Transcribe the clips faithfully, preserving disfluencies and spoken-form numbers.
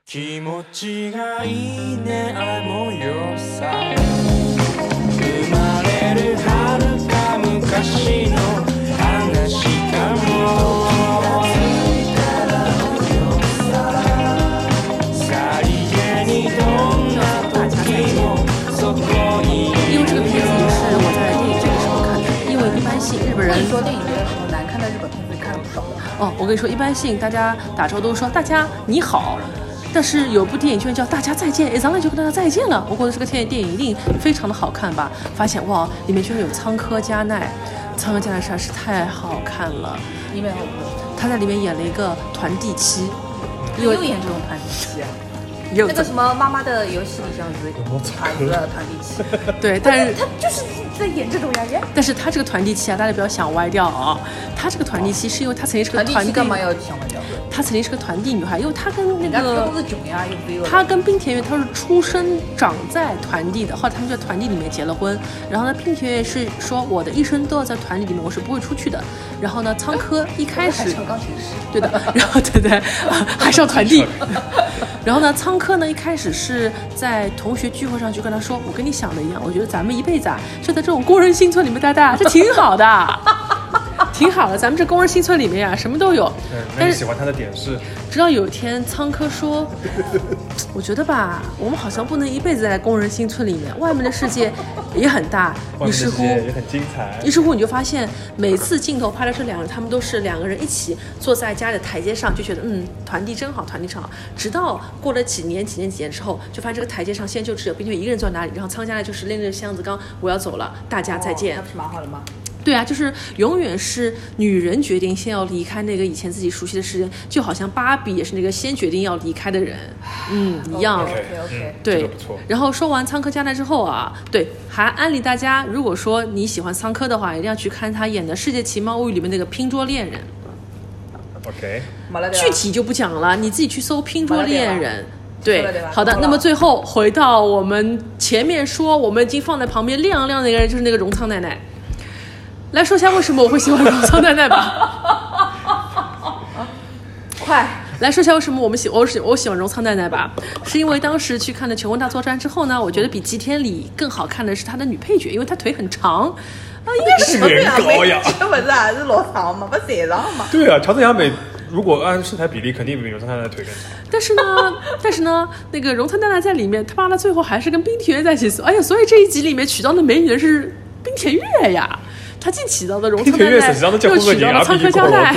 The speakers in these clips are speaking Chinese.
気持ちがいいねあの夜さ生まれる遥か昔の話かもさりげにどんな時もそこに因为这个片子也是我在电影节的时候看的，因为一般性日本人说电影节的时候难看的日本片子看了不少的。 哦，我跟你说，一般性大家打招呼都说大家你好。但是有部电影居然叫《大家再见》，一上来就跟大家再见了。我觉得这个电影一定非常的好看吧？发现哇，里面居然有仓科加奈，仓科加奈实在是太好看了。 里面有他在里面演了一个团地妻， 又演这种团地妻。 有那个什么妈妈的游戏里像是儿子的团地妻， 对，但是他就是在演这种呀呀。 但是他这个团地妻啊，大家不要想歪掉啊！他这个团地妻是因为他曾经是个团地， 干嘛要想歪掉？ 她曾经是个团地女孩，因为她跟那个她跟冰田月她是出生长在团地的，后来他们在团地里面结了婚。然后呢，冰田月是说我的一生都要在团体里面，我是不会出去的。然后呢，仓科一开始上钢琴师， 对的，然后对对，还上团地。然后呢，仓科呢一开始是在同学聚会上就跟他说，我跟你想的一样，我觉得咱们一辈子啊，就在这种工人新村里面待待，这挺好的。挺好的，咱们这工人新村里面啊，什么都有。 嗯，那你喜欢他的点是？ 直到有一天，仓科说：“我觉得吧，我们好像不能一辈子在工人新村里面，外面的世界也很大。”于是乎也很精彩。 于是乎，你就发现每次镜头拍的这两个人，他们都是两个人一起坐在家里的台阶上，就觉得嗯，团地真好，团地真好。直到过了几年、几年、几年之后，就发现这个台阶上现在就只有冰雪一个人坐在那里，然后仓家呢就是拎着箱子，刚我要走了，大家再见。 那不是蛮好的吗？ 对啊，就是永远是女人决定先要离开那个以前自己熟悉的世界，就好像芭比也是那个先决定要离开的人，嗯，一样。 OK OK， 对， 这个不错。 然后说完仓科加奈之后啊，对，还安利大家，如果说你喜欢仓科的话，一定要去看他演的《世界奇妙物语》里面那个拼桌恋人。 OK， 具体就不讲了，你自己去搜拼桌恋人。对，好的。 好那么最后回到我们前面说，我们已经放在旁边亮亮那个人就是那个荣仓奈奈。来说一下为什么我会喜欢荣仓奈奈吧。 快来说一下为什么我们喜我喜我喜欢荣仓奈奈吧，是因为当时去看了《求婚大作战》之后呢，我觉得比吉田里更好看的是她的女配角，因为她腿很长啊，应该是人高呀， 这不是还是老长嘛，不谁长嘛？ 对啊，乔藤雅美如果按身材比例，肯定比荣仓奈奈腿更长。 但是呢，但是呢，那个荣仓奈奈在里面，他妈的最后还是跟冰田月在一起。哎呀，所以这一集里面娶到的美女人是冰田月呀。他既娶到了荣仓奈奈，又娶到了仓科加奈。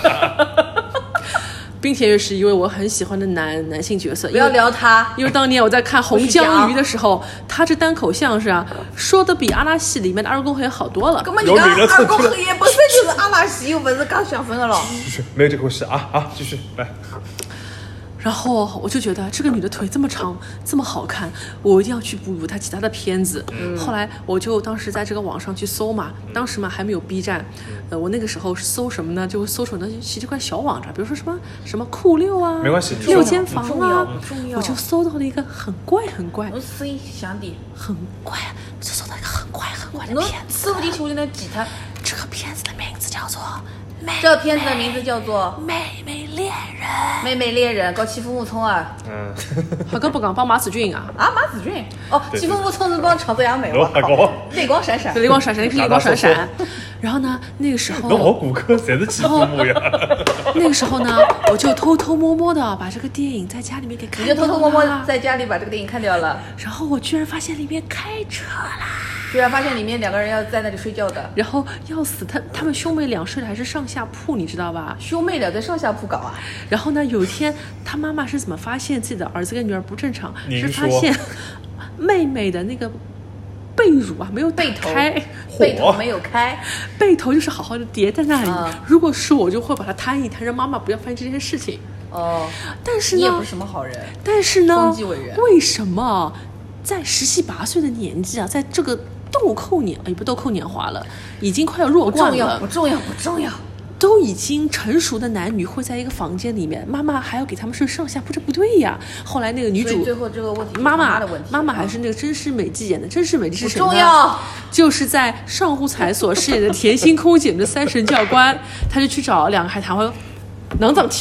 冰田月是一位我很喜欢的男男性角色， 不要聊他， 因为当年我在看《红江鱼》的时候，他这单口相声啊，说的比阿拉西里面的二宫和也好多了。 根本你看二宫和也本身就是阿拉西，又不是讲相声的了。 继续，没有这回事啊啊！继续来。 然后我就觉得这个女的腿这么长，这么好看，我一定要去补补她其他的片子。嗯、后来我就当时在这个网上去搜嘛，当时嘛还没有 B 站，呃，我那个时候是搜什么呢？就搜出那奇奇怪小网站，比如说什么什么酷六啊， 没关系， 六间房啊， 我就搜到了一个很怪很怪， 我声音响点， 很怪，就搜到一个很怪很怪的片子。 搜不进去我就能挤它。 这个片子的名字叫做。 这个片子的名字叫做 《妹妹恋人》。 妹妹恋人，搞欺负木聪啊！ 嗯， 好个不讲帮马子俊啊！ 啊，马子俊哦，欺负木聪是帮长泽雅美，我靠，泪光闪闪， 泪光闪闪，泪光闪闪。然后呢，那个时候， 我骨科谁是欺负木呀？ 那个时候呢，我就偷偷摸摸的把这个电影在家里面给看掉了。 你就偷偷摸摸在家里把这个电影看掉了。 然后我居然发现里面开车啦！ 居然发现里面两个人要在那里睡觉的， 然后要死，他他们兄妹俩睡的还是上下铺，你知道吧？ 兄妹俩在上下铺搞啊。 然后呢，有一天他妈妈是怎么发现自己的儿子跟女儿不正常？是发说现妹妹的那个被褥啊没有被头开， 被头没有开， 被头就是好好的叠在那里。 嗯、 如果是我，就会把它摊一摊，让妈妈不要发现这件事情。 哦， 但是呢， 你也不是什么好人。 但是呢， 风纪委员为什么在十七八岁的年纪啊，在这个豆蔻年，也不豆蔻年华了，已经快要弱冠了， 不重要，不重要，不重要。 都已经成熟的男女会在一个房间里面，妈妈还要给他们睡上下铺，这不对呀。后来那个女主最后这个问题， 妈妈的问题， 妈妈还是那个真实美纪演的，真实美纪是谁呢？ 不重要， 就是在上户彩所饰演的甜心空姐的三神教官，他就去找两个还谈话，能怎么提？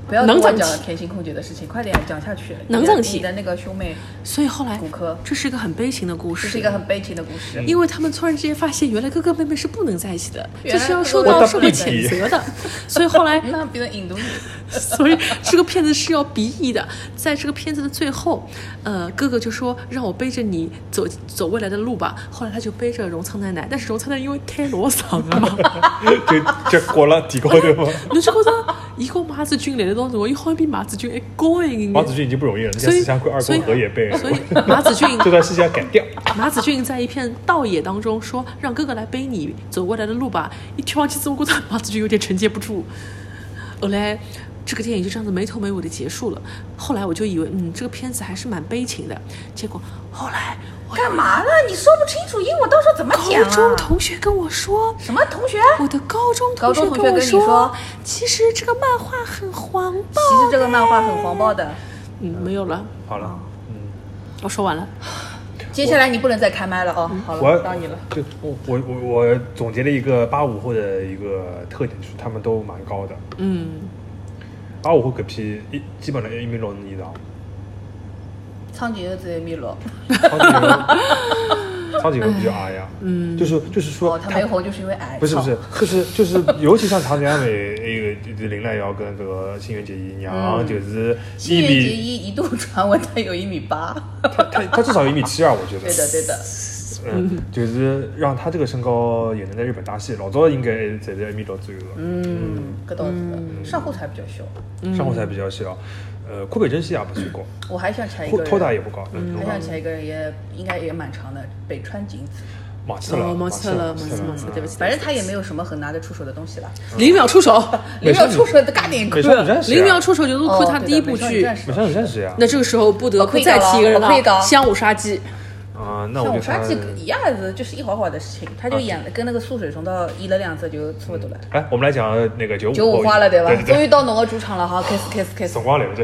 不要跟我能整讲甜心空姐的事情，快点讲下去。 能整体你的那个兄妹， 所以后来骨科， 这是一个很悲情的故事， 这是一个很悲情的故事。 因为他们突然之间发现，原来哥哥妹妹是不能在一起的， 原来这是要受到社会谴责的。所以后来， 那变成印度人。 所以这个片子是要鼻翼的。在这个片子的最后，呃，哥哥就说让我背着你走走未来的路吧。后来他就背着荣仓奶奶，但是荣仓奶奶因为太罗桑了嘛， 就就过了地高头嘛。 你就觉得一个马子军来得到辰光，伊好像比马子军还高一点。 马子军已经不容易了，人家思想会二宫和也背了， 所以马子军这段思想改掉。 马子俊在一片稻野当中说：“让哥哥来背你走过来的路吧。”一跳上去之后，我觉得马子俊有点承接不住。后来这个电影就这样子没头没尾的结束了。后来我就以为，嗯，这个片子还是蛮悲情的。结果后来我干嘛呢？你说不清楚，英我到时候怎么讲高中同学跟我说， 什么同学？ 我的高中同学跟我说，其实这个漫画很黄暴。 其实这个漫画很黄暴的。 嗯，没有了。 好了，嗯， 我说完了。 接下来你不能再开麦了哦。好了，到你了。 就我我我我总结了一个八五后的一个特点，就是他们都蛮高的。 嗯， 八五后搿批一基本上一米六以上。 苍井优只有一米六。 苍井优，苍井优比较矮呀。嗯，就是就是说， 哦，他没红就是因为矮。 不是不是，就是就是，尤其像长江美那个林濑遥跟这个新垣结衣娘，就是新垣结衣一度传闻他有一米八。 他他他至少有一米七二，我觉得。 对的对的。 嗯，就是让他这个身高也能在日本搭戏，老早应该在在一米六左右了。 嗯，搿倒是的。上户才比较小。 上户才比较小。呃，库北真希也不算高， 我还想起来一个人， 托达也不高， 嗯，还想起来一个人也应该也蛮长的，北川景子。 马刺了， 马刺了，马刺马刺，对不起， 反正他也没有什么很拿得出手的东西了。 零秒出手， 零秒出手的嘎点美少女战士， 零秒出手就是看他第一部剧《 美少女战士》呀。 那这个时候不得不再提一个人了，香武杀姬。 啊，那我就杀鸡一下子就是一会儿会儿的事情，他就演跟那个素水虫到演了两次就差不多了。 哎，我们来讲那个九五九五花了对吧？终于到侬的主场了，好，开始开始开始。 辰光来不及。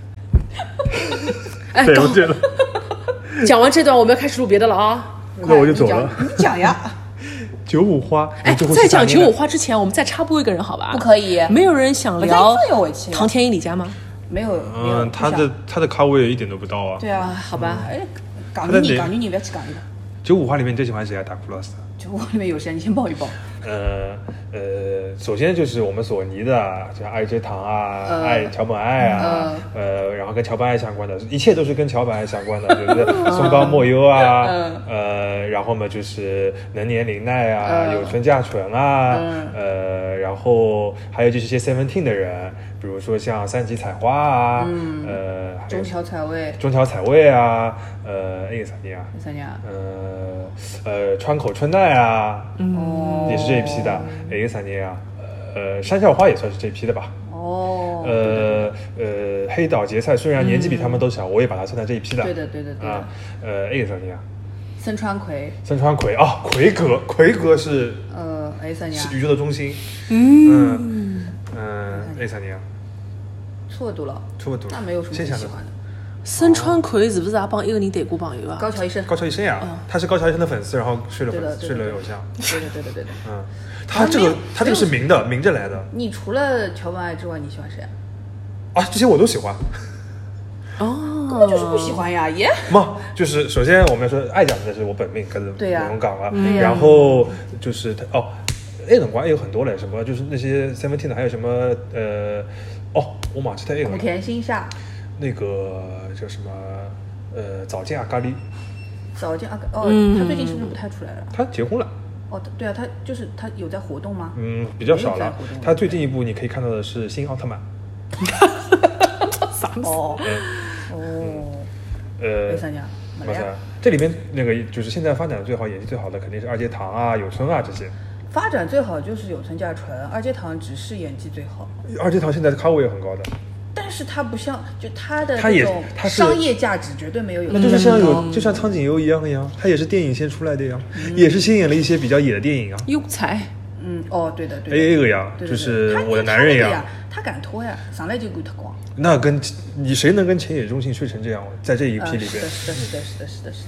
哎， 对不起了。 讲完这段，我们要开始录别的了啊。 那我就走了。 你讲呀。 九五花。 哎，在讲九五花之前，我们再插播一个人，好吧？ 不可以。 没有人想聊唐田英李家吗？ 没有，没有。 嗯，他的他的咖位一点都不到啊。 对啊， 好吧。 哎，港女你港女你不要去港女。 九五花里面最喜欢谁啊？达库拉斯。 九五花里面有谁？你先报一报。 呃呃，首先就是我们索尼的，像爱之堂啊、呃、爱桥本爱啊，呃, 呃，然后跟桥本爱相关的，一切都是跟桥本爱相关的，就是松冈莫优啊，呃，然后嘛就是能年玲奈啊，有村架纯啊，呃，然后还有就是一些 Seventeen 的人，比如说像三吉彩花啊，嗯、呃， 中条彩未， 中条彩未啊，呃，那个啥年啊？ 啥年啊？ 呃呃，川口春奈啊，嗯，也是这一批的。哪个啥年啊？呃，山校花也算是这一批的吧。 哦。 呃呃，黑岛结菜虽然年纪比他们都小，嗯、我也把它算在这一批的。 对的对的对的。 啊，呃，那个啥年啊？ 森川葵。 森川葵啊，葵哥，葵哥是呃，哪啥年？ 是宇宙的中心。嗯嗯，哪啥年啊？ 差不多了。 差不多。 那没有什么喜欢的。 森川葵是不是也帮一个人谈过朋友啊？ 高桥医生。 高桥医生呀，他是高桥医生的粉丝，然后睡了粉睡了偶像。 对的对的对的。 嗯，他这个他这个是明的，明着来的。 你除了桥本爱之外，你喜欢谁啊？ 啊，这些我都喜欢。 哦， 根本就是不喜欢呀，耶。 嘛，就是首先我们要说爱讲的是我本命，可是不用讲了。然后就是他哦，那种关也有很多嘞，什么就是那些 Seventeen 的，还有什么呃，哦，我马记得那个。 古田新夏。 那个叫什么？呃，早见阿咖喱。 早见阿咖哦，嗯、他最近是不是不太出来了？ 他结婚了。 哦，对啊，他就是他有在活动吗？ 嗯，比较少了。他最近一部你可以看到的是《新奥特曼》。 啥哦哦。 呃。没啥呀。 没啥。这里面那个就是现在发展最好、演技最好的肯定是二阶堂啊、有村啊这些。 发展最好就是有村架纯，二阶堂只是演技最好。 二阶堂现在咖位也很高的。 但是他不像，就他的那种商业价值绝对没有有。 那就是像有，就像苍井优一样的呀，他也是电影先出来的呀，嗯、也是先演了一些比较野的电影啊。 庸才， 嗯，哦，对的，对的。 A A 个呀，就是我的男人呀， 他敢拖呀，上来就给他光。 那跟你谁能跟浅野忠信睡成这样，在这一批里边？ 是的，是的，是的，是的，是的，是的。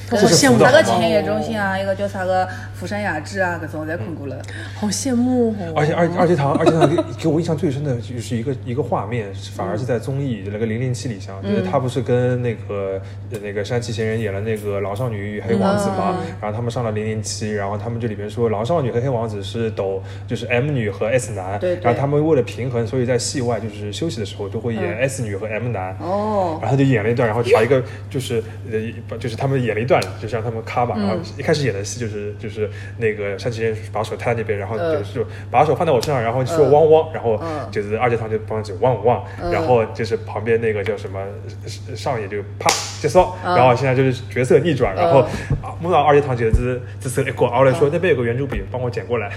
好羡慕啥个千叶中心啊，一个叫啥个釜山雅致啊，搿种侪看过了。 好羡慕哦！ 而且二二阶堂，二阶堂给给我印象最深的就是一个一个画面，反而是在综艺那个零零七里向，就是他不是跟那个那个山崎贤人演了那个狼少女与黑王子嘛，然后他们上了零零七，然后他们这里边说狼少女和黑王子是抖，就是 M 女和 S 男， 对对， 然后他们为了平衡，所以在戏外就是休息的时候都会演 S 女和 M 男， 哦， 然后他就演了一段，然后查一个就是呃就是他们演了一段，就是让他们咔嘛，然后一开始演的戏就是就是那个山崎贤人把手摊在那边，然后就是就把手放在我身上，然后就说汪汪，然后就是二阶堂就帮着汪汪，然后就是旁边那个叫什么上野就啪结束，然后现在就是角色逆转，然后摸到二阶堂觉得这这是一过，后来说那边有个圆珠笔，帮我捡过来，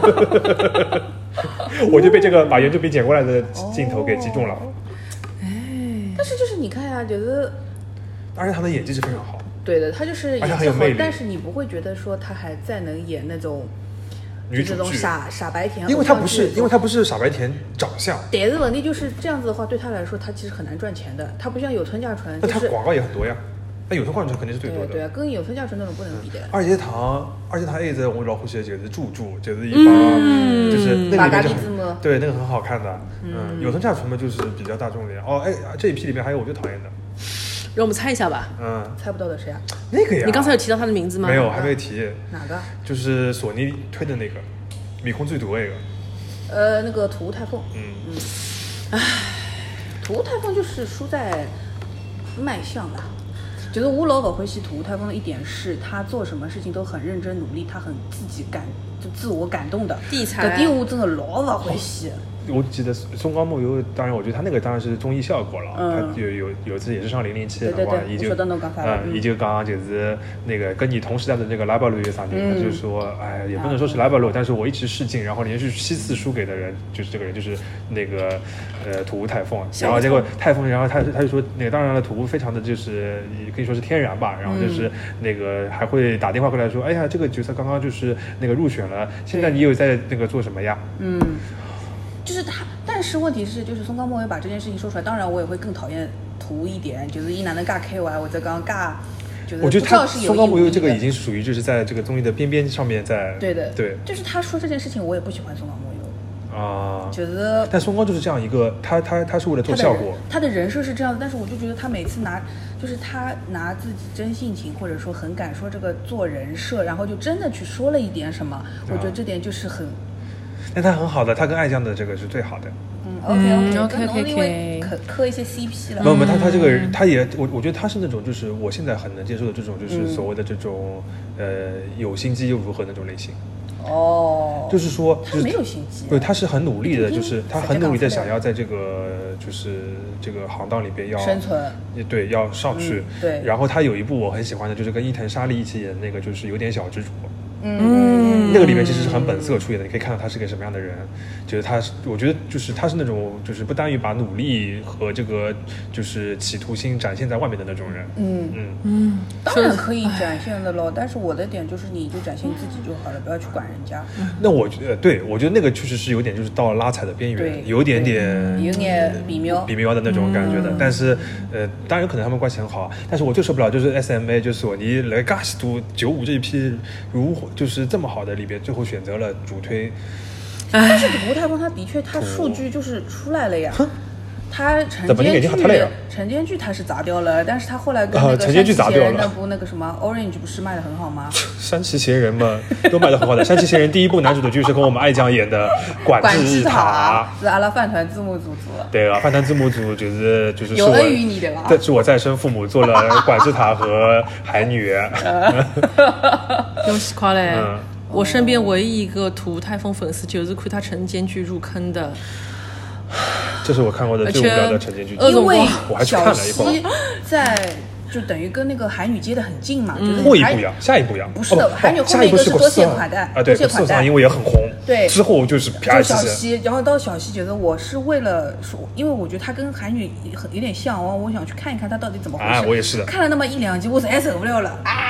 我就被这个把圆珠笔捡过来的镜头给击中了。 哎，但是就是你看呀，就是二阶堂的演技是非常好。 对的，他就是演技好，但是你不会觉得说他还再能演那种女主剧傻傻白甜， 因为他不是，因为他不是傻白甜长相。 但是问题就是这样子的话，对他来说，他其实很难赚钱的。他不像有村架纯， 那他广告也很多呀。那有村架纯肯定是最多的。 对啊，跟有村架纯那种不能比的。 二阶堂，二阶堂 A 在我老虎写就是柱柱，就是一帮，嗯、就是那里面就对那个很好看的。嗯，有村架纯嘛就是比较大众点。哦，哎，这一批里面还有我最讨厌的。 让我们猜一下吧。 嗯， 猜不到的谁啊？ 那个呀。 你刚才有提到他的名字吗？ 没有，还没提。 哪个？ 就是索尼推的那个，米空最毒那个。 呃，那个土屋太凤。 嗯嗯。唉，土屋太凤就是输在卖相吧。觉得我老不欢喜土屋太凤的一点是，他做什么事情都很认真努力，他很自己感就自我感动的。 地才。 搿点我真的老不欢喜。 我记得松冈梦游，当然我觉得他那个当然是综艺效果了。嗯、他有有有一次也是上零零七的话，伊就嗯，伊就刚刚就是那个跟你同时代的那个拉巴鲁有啥地方，就是说，哎，也不能说是拉巴鲁，但是我一直试镜，然后连续七次输给的人，就是这个人，就是那个呃土屋太凤。然后结果太凤，然后他他就说，那个当然了，土屋非常的就是可以说是天然吧，然后就是那个还会打电话过来说，哎呀，这个角色刚刚就是那个入选了，现在你有在那个做什么呀？ 嗯。就是他，但是问题是，就是松冈梦游把这件事情说出来，当然我也会更讨厌图一点，就是一男的尬 K Y， 我在刚尬，就是我觉得他松冈梦游这个已经属于就是在这个综艺的边边上面在， 对的， 对， 就是他说这件事情，我也不喜欢松冈梦游啊， 觉得， 但松冈就是这样一个，他他他是为了做效果， 他的人设是这样的，但是我就觉得他每次拿，就是他拿自己真性情或者说很敢说这个做人设，然后就真的去说了一点什么，啊、我觉得这点就是很。 但他很好的，他跟爱酱的这个是最好的。 嗯 ，OK OK OK OK， 磕磕一些 C P 了。 没有没有，他他这个人，他也我我觉得他是那种就是我现在很能接受的这种就是所谓的这种、嗯、呃有心机又如何那种类型。 哦， 就是说他没有心机、啊， 对，他是很努力的，就是他很努力的想要在这个就是这个行当里边要生存， 对，要上去、 嗯。对， 然后他有一部我很喜欢的，就是跟伊藤沙莉一起演的那个，就是有点小执着。 嗯， 那个里面其实是很本色出演的，你可以看到他是个什么样的人。就是他，我觉得就是他是那种就是不单于把努力和这个就是企图心展现在外面的那种人。 嗯嗯嗯， 当然可以展现的咯，但是我的点就是你就展现自己就好了，不要去管人家。 那我觉得，对我觉得那个确实是有点就是到了拉踩的边缘，有点点有点比妙比妙的那种感觉的。嗯、但是呃，当然有可能他们关系很好，但是我最受不了就是 S M A 就是索尼来嘎西都九五这一批如就是这么好的里边，最后选择了主推。 但是土屋太凤他的确他数据就是出来了呀。他晨间剧，晨间剧他是砸掉了，但是他后来跟那个山崎贤人那部那个什么 Orange 不是卖的很好吗？ 山崎贤人嘛都卖的很好的。山崎贤人第一部男主的剧是跟我们爱酱演的《管制塔》， 是阿拉饭团字幕组做。 对啊，饭团字幕组就是就是有恩于你对吧？ 是我再生父母做了《管制塔》和海女。 恭喜快嘞！嗯、我身边唯一一个土屋太凤粉丝就是看他晨间剧入坑的。 这是我看过的最无聊的晨间剧， 因为我还去看了一会儿， 在就等于跟那个海女接的很近嘛， 嗯、后一部呀，下一部呀， 不是的， 哦、 海女后面一个是多谢款的啊，对，多谢款因为也很红， 对， 之后就是就小西，然后到小西觉得我是为了说，因为我觉得他跟海女很有点像，我我想去看一看他到底怎么回事， 啊，我也是的， 看了那么一两集，我实在受不了了啊！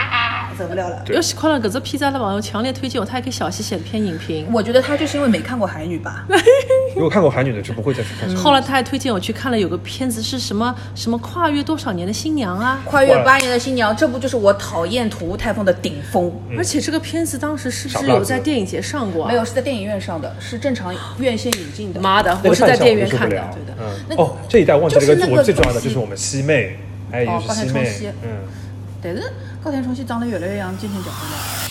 受不了了。 要喜欢了，搿只片子阿拉网友强烈推荐我，他还给小西写了篇影评。 我觉得他就是因为没看过海女吧。 如果看过韩女的就不会再去看。 嗯、后来他还推荐我去看了有个片子是什么什么跨越多少年的新娘啊， 跨越八年的新娘，这部就是我讨厌土屋太凤的顶峰。 嗯、而且这个片子当时是不是有在电影节上过、啊？ 没有，是在电影院上的，是正常院线引进的。 妈的，我是在电影院看的。 对的。 嗯、哦，这一代忘记了一个我最重要的就是我们西妹，哎， 哦， 就是西妹。 嗯。但是高田充希长得越来越像金城角色了。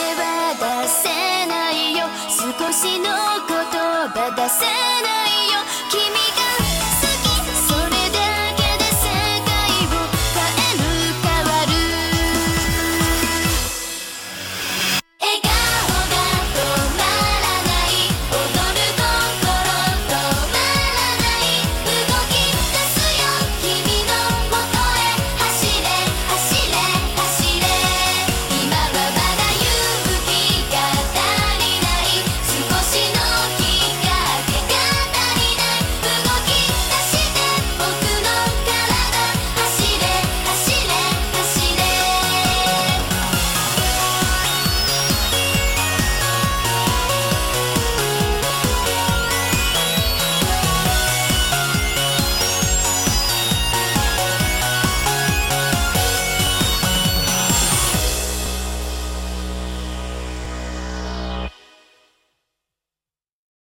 少しの言葉出せないよ